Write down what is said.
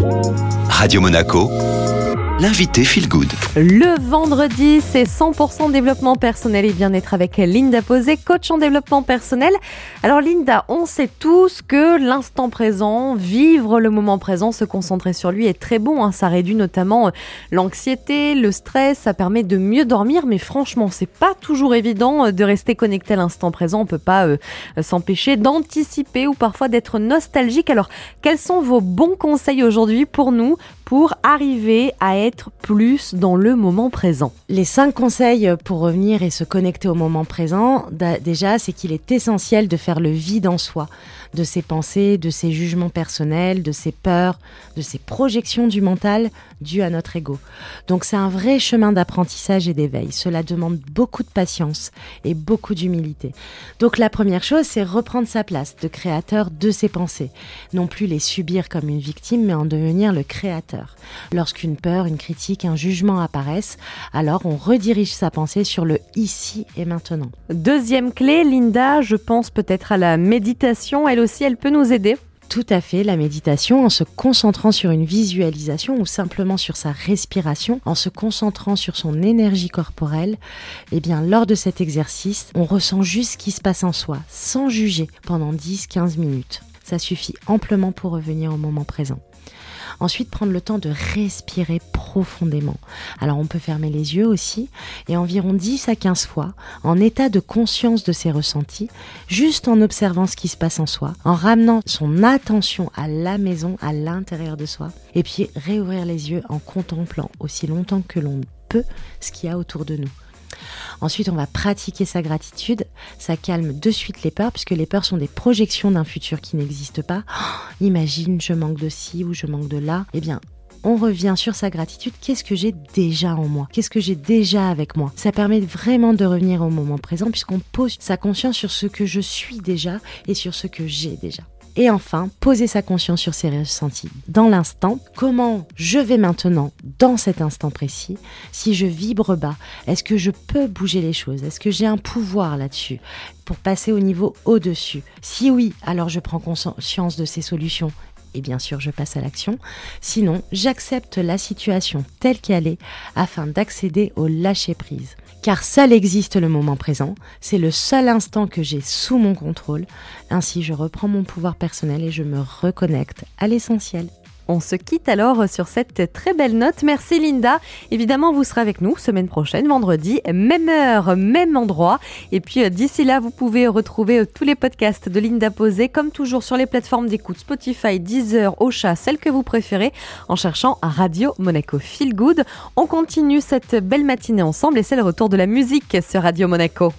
Radio Monaco, l'invité Feel Good. Le vendredi, c'est 100% développement personnel et bien-être avec Linda Posé, coach en développement personnel. Alors Linda, on sait tous que l'instant présent, vivre le moment présent, se concentrer sur lui est très bon. Ça réduit notamment l'anxiété, le stress, ça permet de mieux dormir. Mais franchement, c'est pas toujours évident de rester connecté à l'instant présent. On peut pas s'empêcher d'anticiper ou parfois d'être nostalgique. Alors, quels sont vos bons conseils aujourd'hui pour nous pour arriver à être plus dans le moment présent? Les 5 conseils pour revenir et se connecter au moment présent, déjà, c'est qu'il est essentiel de faire le vide en soi, de ses pensées, de ses jugements personnels, de ses peurs, de ses projections du mental dues à notre ego. Donc c'est un vrai chemin d'apprentissage et d'éveil. Cela demande beaucoup de patience et beaucoup d'humilité. Donc la première chose, c'est reprendre sa place de créateur de ses pensées. Non plus les subir comme une victime, mais en devenir le créateur. Lorsqu'une peur, une critique, un jugement apparaissent, alors on redirige sa pensée sur le ici et maintenant. Deuxième clé, Linda, je pense peut-être à la méditation. Elle aussi, elle peut nous aider. Tout à fait, la méditation, en se concentrant sur une visualisation ou simplement sur sa respiration, en se concentrant sur son énergie corporelle, eh bien, lors de cet exercice, on ressent juste ce qui se passe en soi, sans juger, pendant 10-15 minutes. Ça suffit amplement pour revenir au moment présent. Ensuite, prendre le temps de respirer profondément. Alors, on peut fermer les yeux aussi et environ 10 à 15 fois, en état de conscience de ses ressentis, juste en observant ce qui se passe en soi, en ramenant son attention à la maison, à l'intérieur de soi, et puis réouvrir les yeux en contemplant aussi longtemps que l'on peut ce qu'il y a autour de nous. Ensuite, on va pratiquer sa gratitude. Ça calme de suite les peurs, puisque les peurs sont des projections d'un futur qui n'existe pas. Imagine, je manque de ci ou je manque de là. Eh bien, on revient sur sa gratitude. Qu'est-ce que j'ai déjà en moi? Qu'est-ce que j'ai déjà avec moi? Ça permet vraiment de revenir au moment présent, puisqu'on pose sa conscience sur ce que je suis déjà et sur ce que j'ai déjà. Et enfin, poser sa conscience sur ses ressentis dans l'instant. Comment je vais maintenant, dans cet instant précis? Si je vibre bas, est-ce que je peux bouger les choses? Est-ce que j'ai un pouvoir là-dessus pour passer au niveau au-dessus? Si oui, alors je prends conscience de ces solutions. Et bien sûr, je passe à l'action. Sinon, j'accepte la situation telle qu'elle est afin d'accéder au lâcher-prise. Car seul existe le moment présent, c'est le seul instant que j'ai sous mon contrôle. Ainsi, je reprends mon pouvoir personnel et je me reconnecte à l'essentiel. On se quitte alors sur cette très belle note. Merci Linda. Évidemment, vous serez avec nous semaine prochaine, vendredi, même heure, même endroit. Et puis d'ici là, vous pouvez retrouver tous les podcasts de Linda Posé, comme toujours sur les plateformes d'écoute Spotify, Deezer, Ocha, celle que vous préférez, en cherchant Radio Monaco Feel Good. On continue cette belle matinée ensemble et c'est le retour de la musique sur Radio Monaco.